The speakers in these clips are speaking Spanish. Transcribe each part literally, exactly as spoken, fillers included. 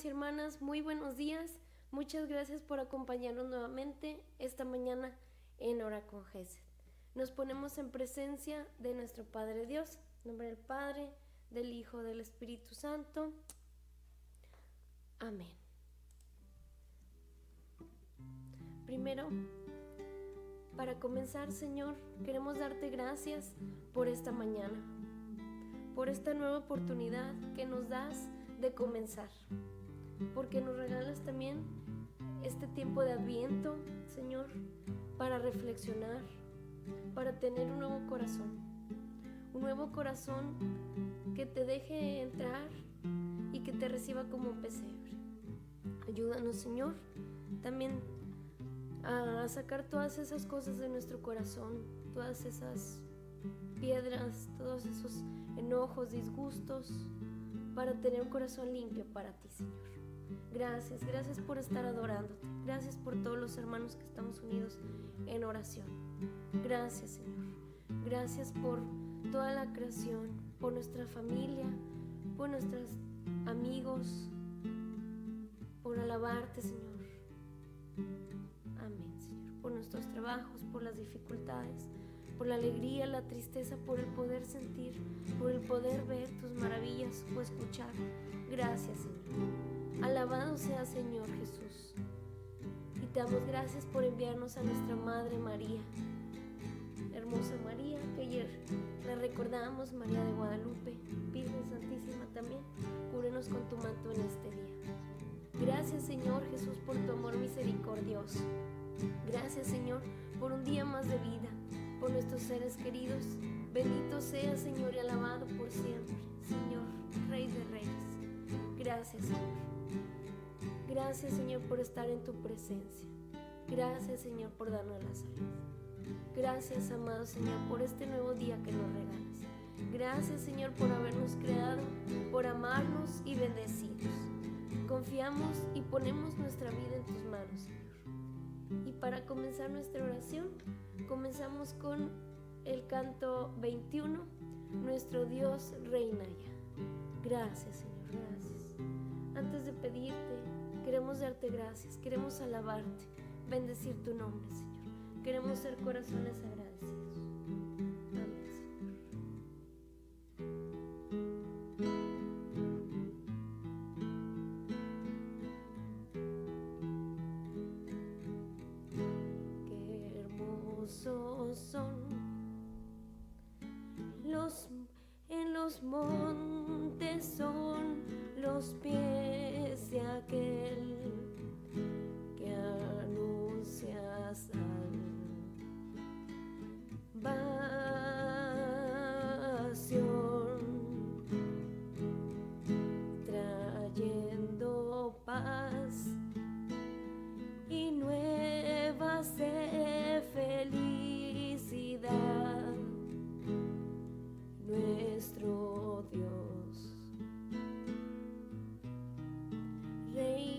hermanos y hermanas, muy buenos días. Muchas gracias por acompañarnos nuevamente esta mañana en Hora con Gesed. Nos ponemos en presencia de nuestro Padre Dios, en nombre del Padre, del Hijo, del Espíritu Santo. Amén. Primero, para comenzar, Señor, queremos darte gracias por esta mañana, por esta nueva oportunidad que nos das de comenzar, porque nos regalas también este tiempo de Adviento, Señor, para reflexionar, para tener un nuevo corazón, un nuevo corazón que te deje entrar y que te reciba como un pesebre. Ayúdanos, Señor, también a sacar todas esas cosas de nuestro corazón, todas esas piedras, todos esos enojos, disgustos, para tener un corazón limpio para ti, Señor. Gracias, gracias por estar adorándote. Gracias por todos los hermanos que estamos unidos en oración. Gracias, Señor. Gracias por toda la creación, por nuestra familia, por nuestros amigos, por alabarte, Señor. Amén, Señor. Por nuestros trabajos, por las dificultades, por la alegría, la tristeza, por el poder sentir, por el poder ver tus maravillas o escuchar. Gracias, Señor. Alabado sea, Señor Jesús. Y te damos gracias por enviarnos a nuestra Madre María, hermosa María, que ayer la recordamos, María de Guadalupe, Virgen Santísima también. Cúbrenos con tu manto en este día. Gracias, Señor Jesús, por tu amor misericordioso. Gracias, Señor, por un día más de vida, por nuestros seres queridos. Bendito sea, Señor, y alabado por siempre, Señor, Rey de Reyes. Gracias, Señor. Gracias, Señor, por estar en tu presencia. Gracias, Señor, por darnos la salud. Gracias, amado Señor, por este nuevo día que nos regalas. Gracias, Señor, por habernos creado, por amarnos y bendecirnos. Confiamos y ponemos nuestra vida en tus manos, Señor. Y para comenzar nuestra oración, comenzamos con el canto veintiuno, Nuestro Dios reina ya. Gracias, Señor, gracias. Antes de pedirte, queremos darte gracias, queremos alabarte, bendecir tu nombre, Señor. Queremos ser corazones agradecidos. Amén, Señor. Qué hermosos son los en los montes son los pies de aquel que anuncia salvación, trayendo paz y nuevas de felicidad. Nuestro Dios reina.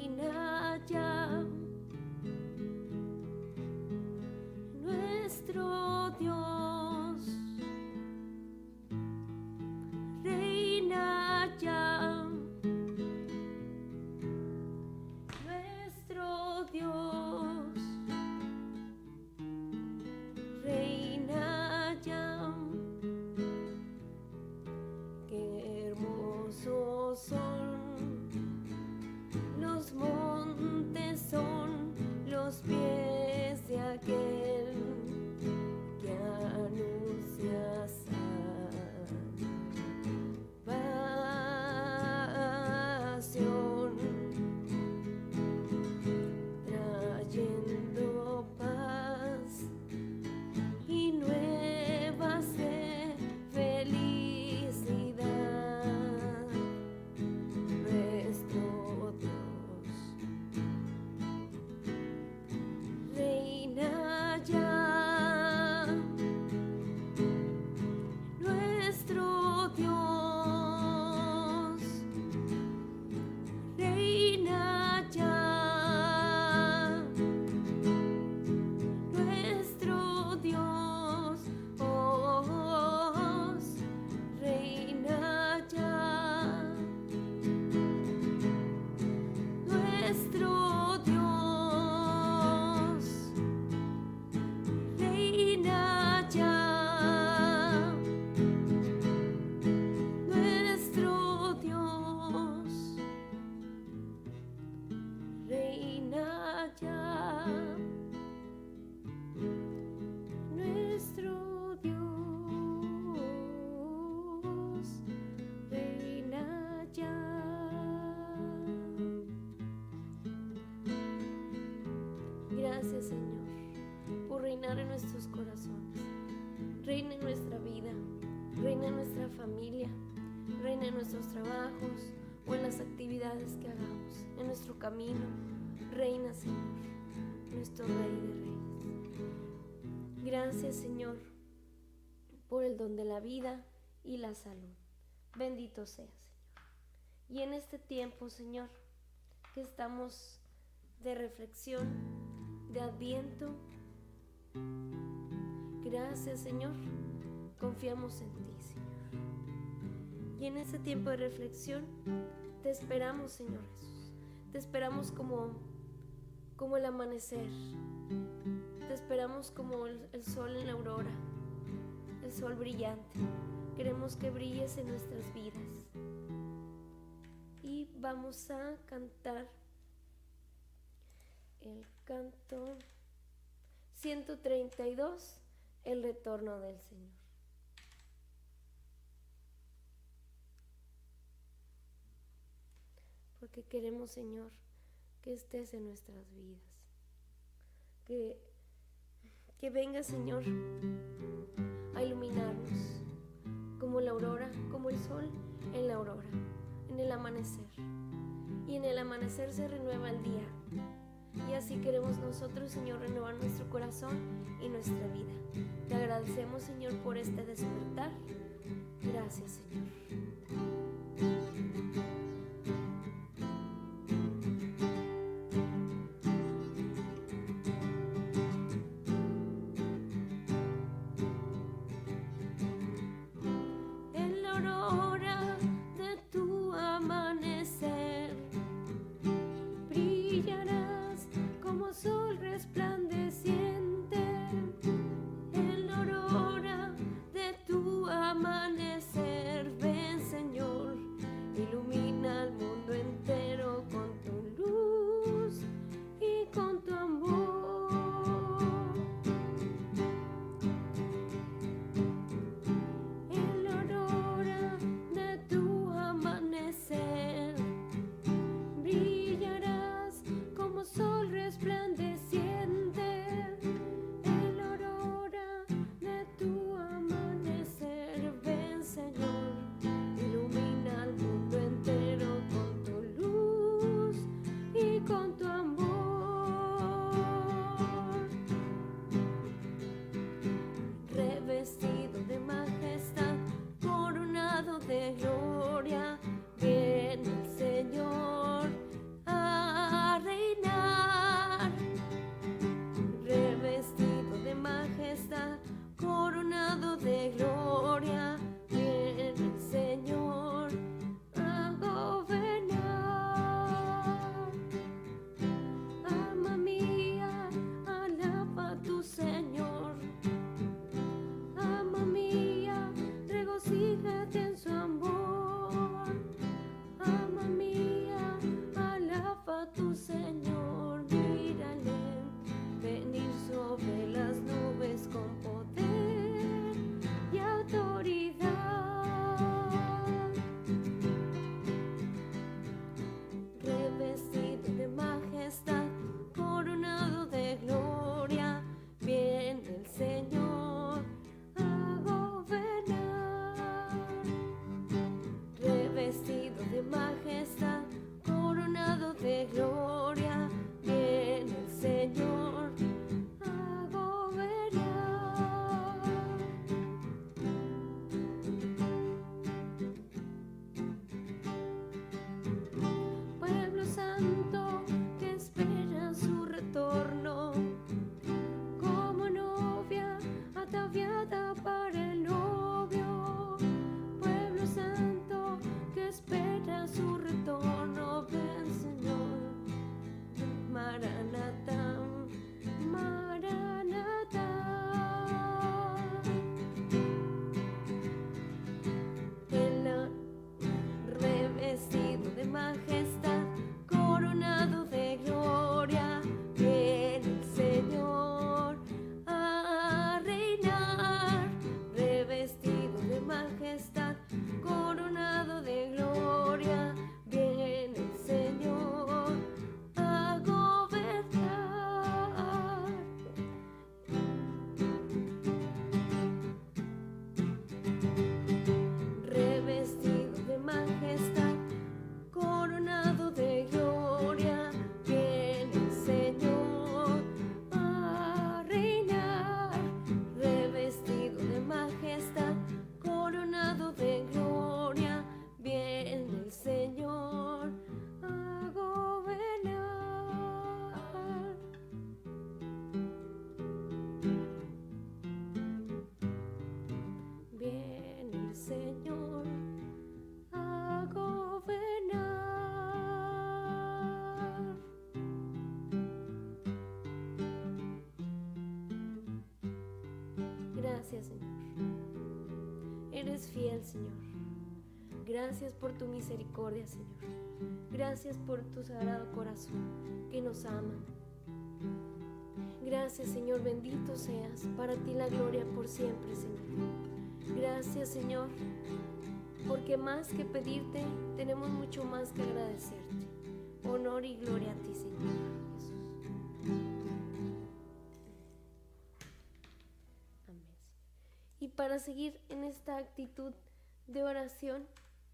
corazones. Reina en nuestra vida, reina en nuestra familia, reina en nuestros trabajos o en las actividades que hagamos, en nuestro camino. Reina, Señor, nuestro Rey de Reyes. Gracias, Señor, por el don de la vida y la salud. Bendito sea, Señor. Y en este tiempo, Señor, que estamos de reflexión, de Adviento, gracias, Señor, confiamos en ti, Señor. Y en este tiempo de reflexión te esperamos, Señor Jesús. Te esperamos como, como el amanecer. Te esperamos como el, el sol en la aurora, el sol brillante. Queremos que brilles en nuestras vidas. Y vamos a cantar el canto ciento treinta y dos, el retorno del Señor. Porque queremos, Señor, que estés en nuestras vidas. Que, que vengas, Señor, a iluminarnos como la aurora, como el sol en la aurora, en el amanecer. Y en el amanecer se renueva el día. Y así queremos nosotros, Señor, renovar nuestro corazón y nuestra vida. Te agradecemos, Señor, por este despertar. Gracias, Señor. Amanecer, ven, Señor. Gracias, Señor. Eres fiel, Señor. Gracias por tu misericordia, Señor. Gracias por tu sagrado corazón que nos ama. Gracias, Señor, bendito seas. Para ti la gloria por siempre, Señor. Gracias, Señor, porque más que pedirte, tenemos mucho más que agradecerte. Honor y gloria a ti, Señor Jesús. Amén. Y para seguir en esta actitud de oración,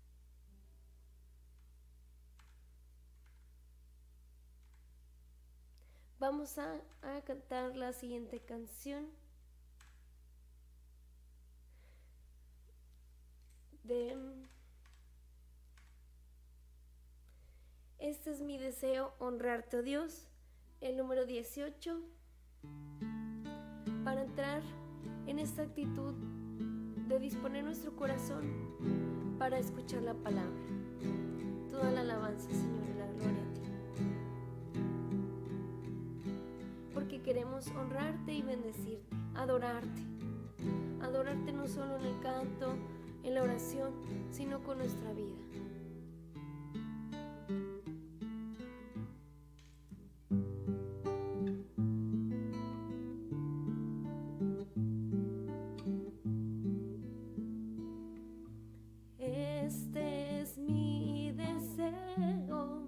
vamos a, a cantar la siguiente canción de Este es mi deseo, honrarte, oh Dios, el número dieciocho, para entrar en esta actitud de disponer nuestro corazón para escuchar la palabra. Toda la alabanza, Señor, y la gloria a ti. Porque queremos honrarte y bendecirte, adorarte. Adorarte no solo en el canto, en la oración, sino con nuestra vida. Este es mi deseo,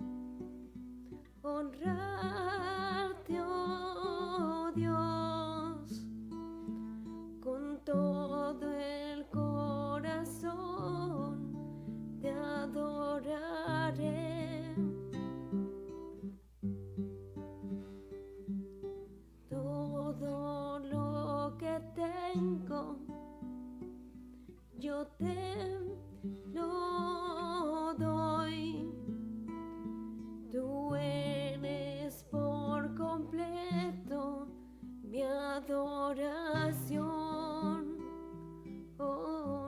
honrarte, oh Dios, con todo el corazón te adoraré. Todo lo que tengo yo te lo doy. Tú eres por completo mi adoración. Oh,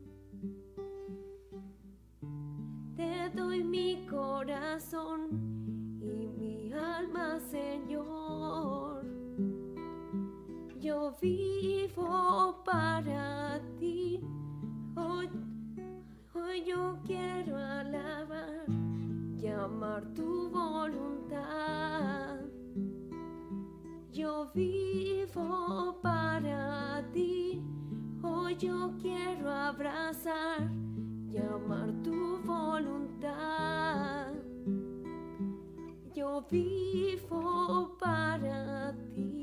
te doy mi corazón y mi alma, Señor. Yo vivo para ti. Hoy, hoy yo quiero alabar y amar tu voluntad. Yo vivo para ti. Hoy yo quiero abrazar y amar tu voluntad. Yo vivo para ti.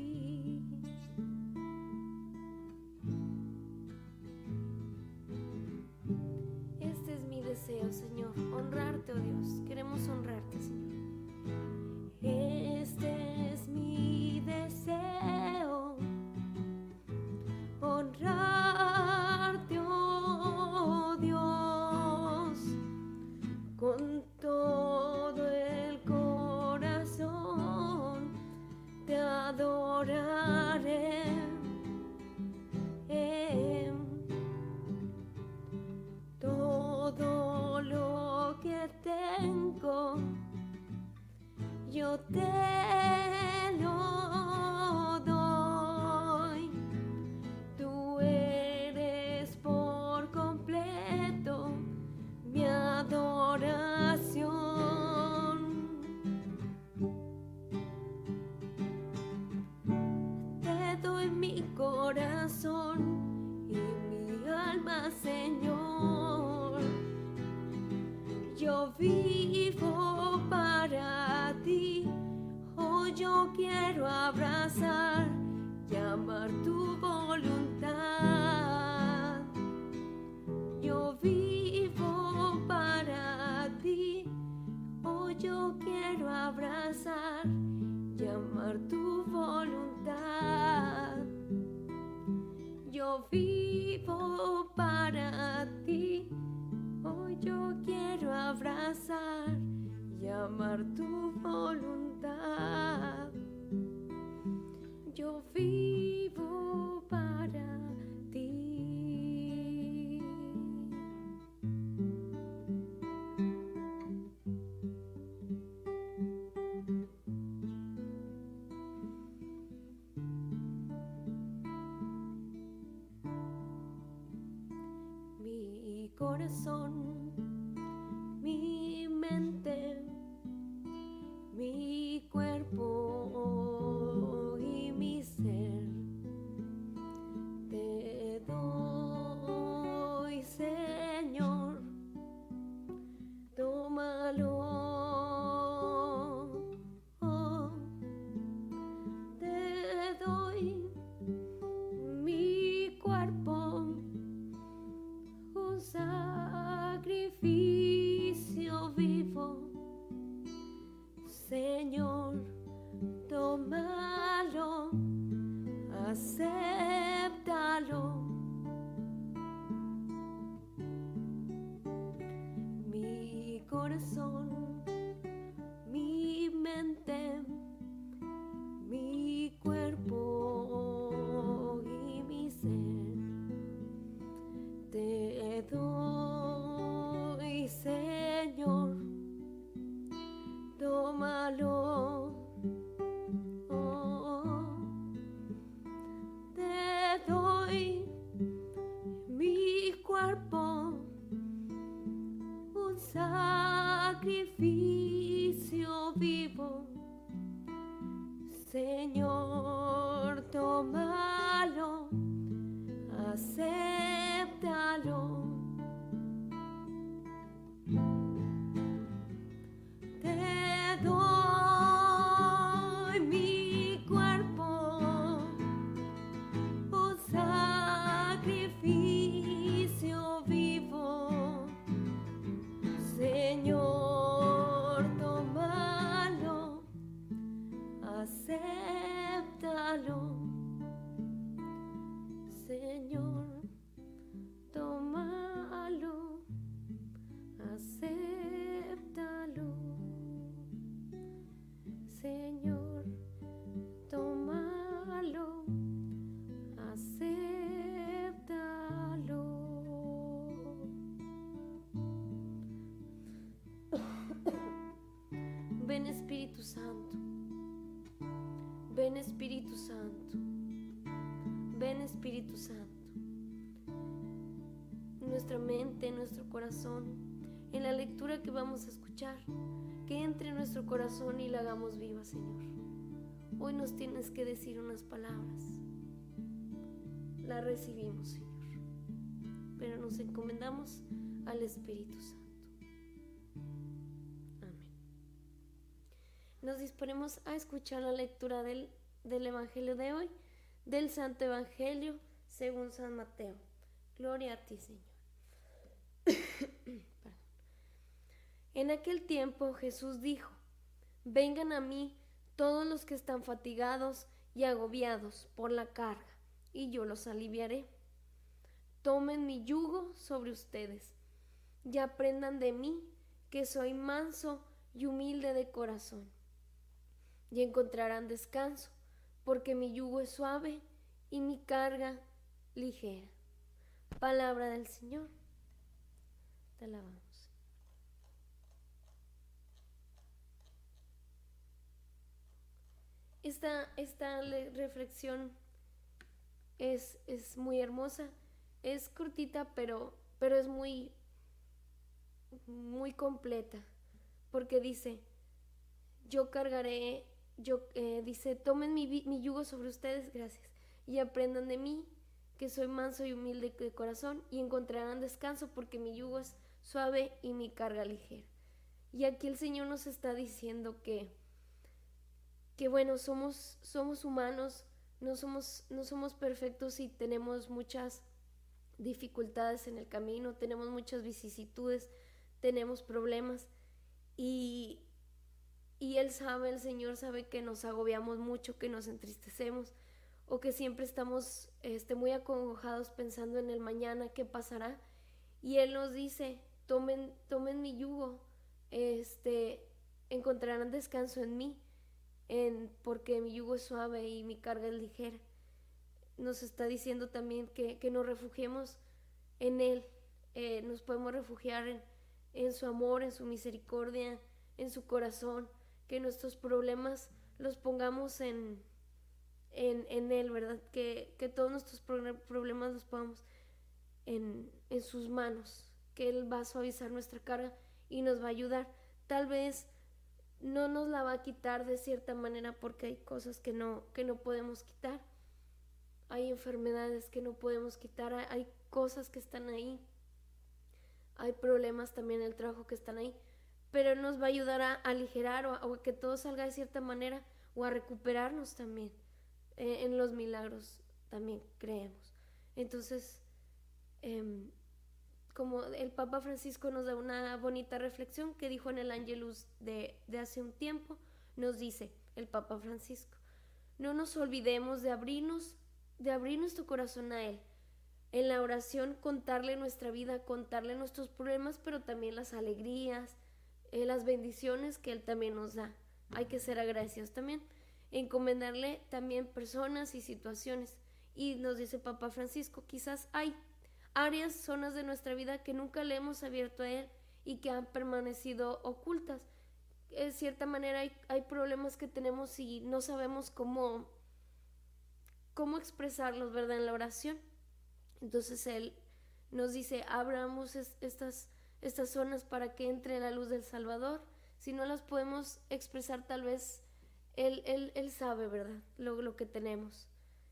Deseo, Señor, honrarte, oh Dios. Queremos honrarte, Señor. Este es mi deseo, honrarte, oh Dios, con todo el corazón te adoraré. Todo lo que tengo yo te lo doy. Tú eres por completo mi adoración. Te doy mi corazón y mi alma, Señor. Yo vivo para ti. Hoy yo quiero abrazar y amar tu voluntad. Yo vivo para ti. Hoy yo quiero abrazar y amar tu voluntad. Yo vivo para ti. Hoy yo quiero abrazar y amar tu voluntad. Yo vivo para ti. corazón, mi mente, mi cuerpo y mi ser. Te doy, Señor, tómalo. Oh, te doy mi cuerpo, un sacrificio vivo. Señor, tómalo, acéptalo. Mi corazón, mi mente, mi cuerpo y mi ser. Te doy, Señor, tómalo. Oh, te doy mi cuerpo, un sacrificio vivo. Señor, tómalo, acéptalo. Te doy mi cuerpo, un sacrificio vivo. Señor, tómalo, acéptalo. Señor, tómalo, acéptalo. Señor, tómalo, acéptalo. Ven Espíritu Santo, ven Espíritu Santo, ven Espíritu Santo. Nuestra mente, nuestro corazón, en la lectura que vamos a escuchar, que entre en nuestro corazón y la hagamos viva, Señor. Hoy nos tienes que decir unas palabras. La recibimos, Señor, pero nos encomendamos al Espíritu Santo. Amén. Nos disponemos a escuchar la lectura del, del Evangelio de hoy, del Santo Evangelio según San Mateo. Gloria a ti, Señor. En aquel tiempo Jesús dijo: vengan a mí todos los que están fatigados y agobiados por la carga, y yo los aliviaré. Tomen mi yugo sobre ustedes y aprendan de mí, que soy manso y humilde de corazón, y encontrarán descanso, porque mi yugo es suave y mi carga ligera. Palabra del Señor. Te alabamos. Esta, esta reflexión es, es muy hermosa, es cortita, pero, pero es muy, muy completa, porque dice, yo cargaré, yo eh, dice, tomen mi, mi yugo sobre ustedes, gracias, y aprendan de mí, que soy manso y humilde de corazón, y encontrarán descanso, porque mi yugo es suave y mi carga ligera. Y aquí el Señor nos está diciendo que que bueno, somos, somos humanos, no somos, no somos perfectos y tenemos muchas dificultades en el camino, tenemos muchas vicisitudes, tenemos problemas y, y Él sabe, el Señor sabe que nos agobiamos mucho, que nos entristecemos o que siempre estamos este, muy acongojados pensando en el mañana, qué pasará, y Él nos dice, tomen, tomen mi yugo, este, encontrarán descanso en mí. En, porque mi yugo es suave y mi carga es ligera. Nos está diciendo también que, que nos refugiemos en Él, eh, nos podemos refugiar en, en su amor, en su misericordia, en su corazón, que nuestros problemas los pongamos en, en, en Él, ¿verdad? Que, que todos nuestros problemas los pongamos en, en sus manos, que Él va a suavizar nuestra carga y nos va a ayudar. Tal vez no nos la va a quitar de cierta manera porque hay cosas que no, que no podemos quitar. Hay enfermedades que no podemos quitar, hay cosas que están ahí. Hay problemas también en el trabajo que están ahí. Pero nos va a ayudar a, a aligerar o a, o a que todo salga de cierta manera o a recuperarnos también. Eh, en los milagros también creemos. Entonces, eh, como el Papa Francisco nos da una bonita reflexión que dijo en el Angelus de, de hace un tiempo, nos dice el Papa Francisco: no nos olvidemos de abrirnos, de abrir nuestro corazón a Él. En la oración contarle nuestra vida, contarle nuestros problemas, pero también las alegrías, eh, las bendiciones que Él también nos da. Hay que ser agradecidos también. Encomendarle también personas y situaciones. Y nos dice Papa Francisco, quizás hay áreas, zonas de nuestra vida que nunca le hemos abierto a Él y que han permanecido ocultas. De cierta manera hay, hay problemas que tenemos y no sabemos cómo, cómo expresarlos, ¿verdad?, en la oración. Entonces Él nos dice, abramos es, estas, estas zonas para que entre la luz del Salvador. Si no las podemos expresar, tal vez Él, él, él sabe, ¿verdad?, lo, lo que tenemos.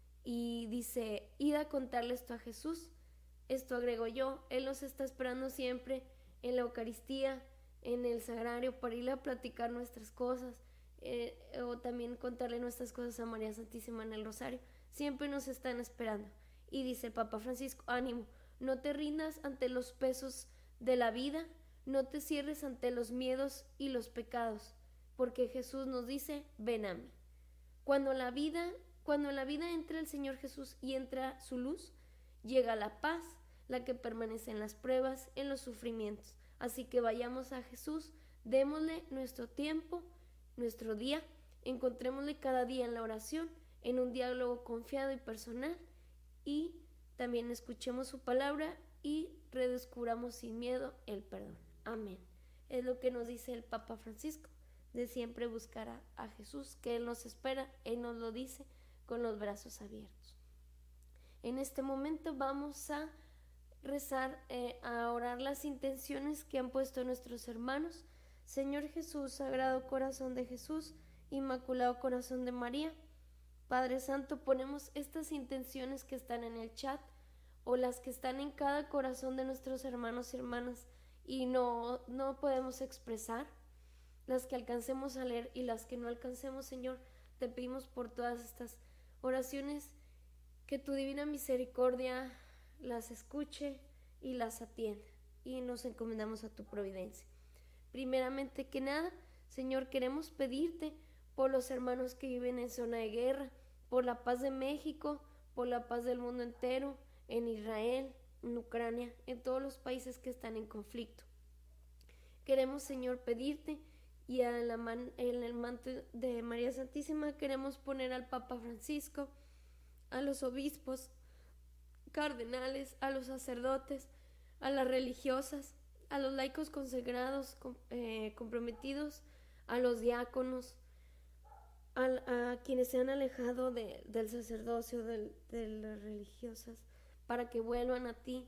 Y dice, id a contarle esto a Jesús. Esto agrego yo, Él nos está esperando siempre en la Eucaristía, en el Sagrario, para ir a platicar nuestras cosas, eh, o también contarle nuestras cosas a María Santísima en el Rosario. Siempre nos están esperando. Y dice el Papa Francisco, ánimo, no te rindas ante los pesos de la vida, no te cierres ante los miedos y los pecados, porque Jesús nos dice, ven a mí. Cuando la vida, cuando en la vida entra el Señor Jesús y entra su luz, llega la paz, la que permanece en las pruebas, en los sufrimientos. Así que vayamos a Jesús, démosle nuestro tiempo, nuestro día, encontrémosle cada día en la oración, en un diálogo confiado y personal, y también escuchemos su palabra y redescubramos sin miedo el perdón. Amén. Es lo que nos dice el Papa Francisco, de siempre buscar a, a Jesús, que Él nos espera, Él nos lo dice con los brazos abiertos. En este momento vamos a rezar, eh, a orar las intenciones que han puesto nuestros hermanos. Señor Jesús, Sagrado Corazón de Jesús, Inmaculado Corazón de María, Padre Santo, ponemos estas intenciones que están en el chat o las que están en cada corazón de nuestros hermanos y hermanas y no, no podemos expresar, las que alcancemos a leer y las que no alcancemos, Señor, te pedimos por todas estas oraciones que tu divina misericordia las escuche y las atienda, y nos encomendamos a tu providencia. Primeramente que nada, Señor, queremos pedirte por los hermanos que viven en zona de guerra, por la paz de México, por la paz del mundo entero, en Israel, en Ucrania, en todos los países que están en conflicto. Queremos, Señor, pedirte, y a la man, en el manto de María Santísima queremos poner al Papa Francisco, a los obispos, cardenales, a los sacerdotes, a las religiosas, a los laicos consagrados, eh, comprometidos, a los diáconos, a, a quienes se han alejado de, del sacerdocio, de, de las religiosas, para que vuelvan a ti,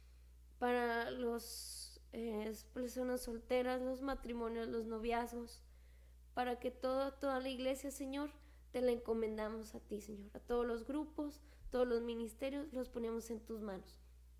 para los eh, personas solteras, los matrimonios, los noviazgos, para que todo, toda la iglesia, Señor, te la encomendamos a ti, Señor, a todos los grupos, todos los ministerios, los ponemos en tus manos.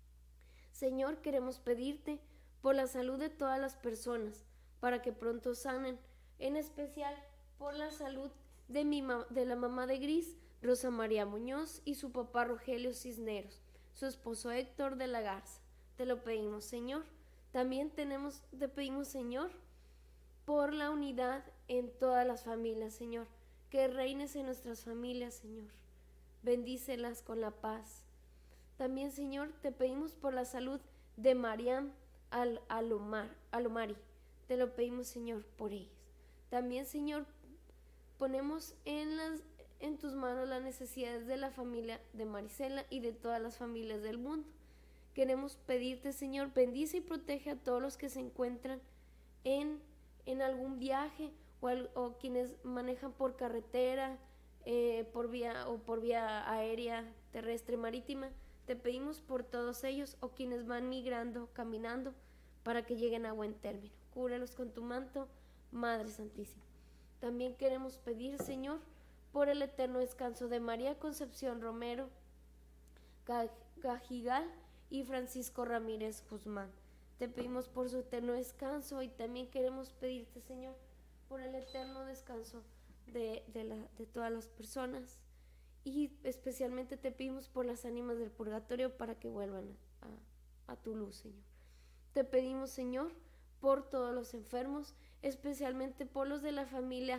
Señor, queremos pedirte por la salud de todas las personas, para que pronto sanen, en especial por la salud de, mi de la mamá de Gris, Rosa María Muñoz, y su papá Rogelio Cisneros, su esposo Héctor de la Garza. Te lo pedimos, Señor. También tenemos, te pedimos, Señor, por la unidad en todas las familias, Señor, que reines en nuestras familias, Señor. Bendícelas con la paz. También, Señor, te pedimos por la salud de Mariam Al Alomar, Alomari. Te lo pedimos, Señor, por ellas. También, Señor, ponemos en, las, en tus manos las necesidades de la familia de Marisela y de todas las familias del mundo. Queremos pedirte, Señor, bendice y protege a todos los que se encuentran en, en algún viaje o, al, o quienes manejan por carretera, eh, por vía o por vía aérea, terrestre, marítima. Te pedimos por todos ellos o quienes van migrando, caminando, para que lleguen a buen término. Cúbrelos con tu manto, Madre Santísima. También queremos pedir, Señor, por el eterno descanso de María Concepción Romero Cajigal y Francisco Ramírez Guzmán. Te pedimos por su eterno descanso y también queremos pedirte, Señor, por el eterno descanso de, de, la, de todas las personas, y especialmente te pedimos por las ánimas del purgatorio para que vuelvan a, a tu luz, Señor. Te pedimos, Señor, por todos los enfermos, especialmente por los de la familia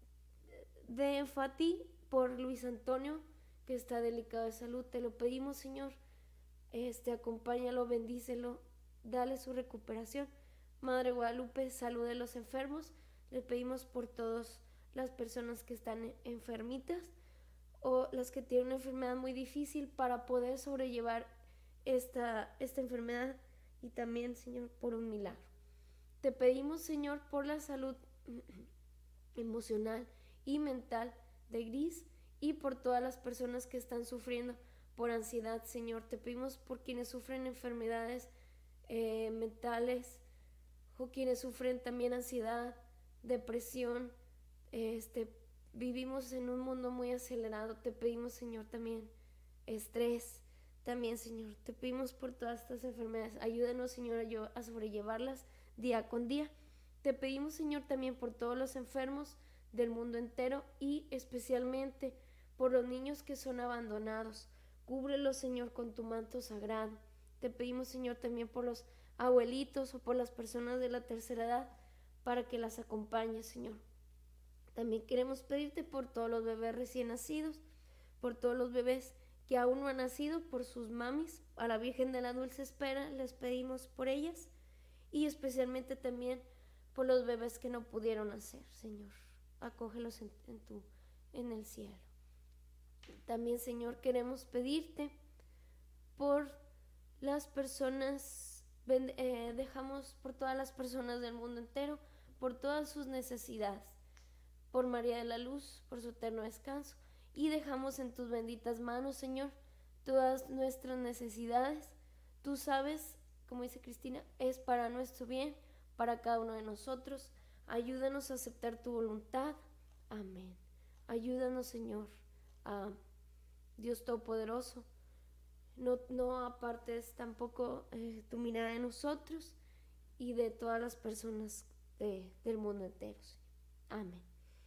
de Fati, por Luis Antonio, que está delicado de salud. Te lo pedimos, Señor, este, acompáñalo, bendícelo, dale su recuperación. Madre Guadalupe, salud de los enfermos. Le pedimos por todas las personas que están enfermitas o las que tienen una enfermedad muy difícil para poder sobrellevar esta, esta enfermedad, y también, Señor, por un milagro. Te pedimos, Señor, por la salud emocional y mental de Gris y por todas las personas que están sufriendo por ansiedad, Señor. Te pedimos por quienes sufren enfermedades eh, mentales o quienes sufren también ansiedad, depresión. Este, vivimos en un mundo muy acelerado. Te pedimos, Señor, también estrés. También, Señor, te pedimos por todas estas enfermedades. Ayúdanos, Señor, a sobrellevarlas día con día. Te pedimos, Señor, también por todos los enfermos del mundo entero y especialmente por los niños que son abandonados. Cúbrelos, Señor, con tu manto sagrado. Te pedimos, Señor, también por los abuelitos o por las personas de la tercera edad para que las acompañes, Señor. También queremos pedirte por todos los bebés recién nacidos, por todos los bebés que aún no han nacido, por sus mamis. A la Virgen de la Dulce Espera les pedimos por ellas, y especialmente también por los bebés que no pudieron nacer, Señor. Acógelos en, en, tu, en el cielo. También, Señor, queremos pedirte por las personas, eh, dejamos por todas las personas del mundo entero, por todas sus necesidades, por María de la Luz, por su eterno descanso, y dejamos en tus benditas manos, Señor, todas nuestras necesidades. Tú sabes, como dice Cristina, es para nuestro bien, para cada uno de nosotros. Ayúdanos a aceptar tu voluntad. Amén. Ayúdanos, Señor, a Dios Todopoderoso. No, no apartes tampoco eh, tu mirada de nosotros y de todas las personas de, del mundo entero, Señor. Amén.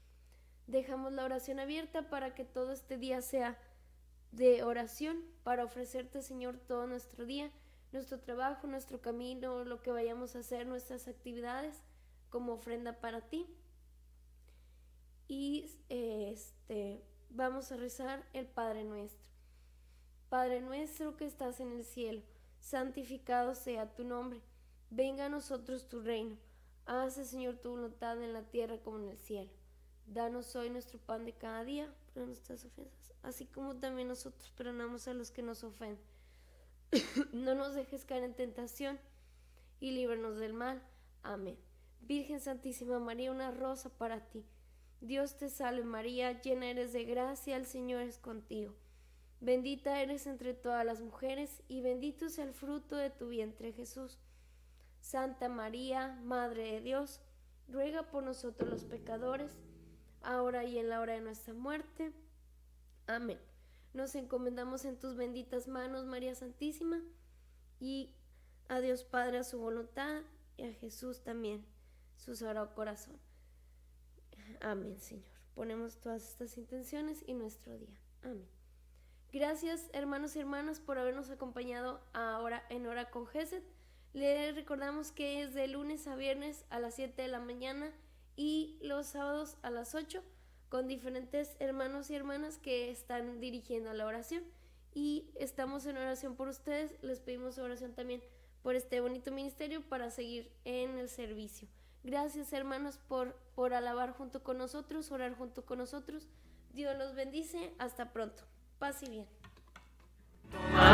Dejamos la oración abierta para que todo este día sea de oración, para ofrecerte, Señor, todo nuestro día, nuestro trabajo, nuestro camino, lo que vayamos a hacer, nuestras actividades, como ofrenda para ti. Y eh, este, vamos a rezar el Padre Nuestro. Padre nuestro que estás en el cielo, santificado sea tu nombre. Venga a nosotros tu reino. Hágase, Señor, tu voluntad en la tierra como en el cielo. Danos hoy nuestro pan de cada día, perdona nuestras ofensas, así como también nosotros perdonamos a los que nos ofenden. No nos dejes caer en tentación y líbranos del mal. Amén. Virgen Santísima María, una rosa para ti. Dios te salve María, llena eres de gracia, el Señor es contigo. Bendita eres entre todas las mujeres y bendito sea el fruto de tu vientre, Jesús. Santa María, Madre de Dios, ruega por nosotros los pecadores, ahora y en la hora de nuestra muerte. Amén. Nos encomendamos en tus benditas manos, María Santísima, y a Dios Padre a su voluntad, y a Jesús también su sagrado corazón. Amén, Señor. Ponemos todas estas intenciones y nuestro día. Amén. Gracias, hermanos y hermanas, por habernos acompañado ahora en Hora con Gesed. Les recordamos que es de lunes a viernes a las siete de la mañana y los sábados a las ocho, con diferentes hermanos y hermanas que están dirigiendo la oración. Y estamos en oración por ustedes. Les pedimos oración también por este bonito ministerio para seguir en el servicio. Gracias, hermanos, por, por alabar junto con nosotros, orar junto con nosotros. Dios los bendice. Hasta pronto. Paz y bien.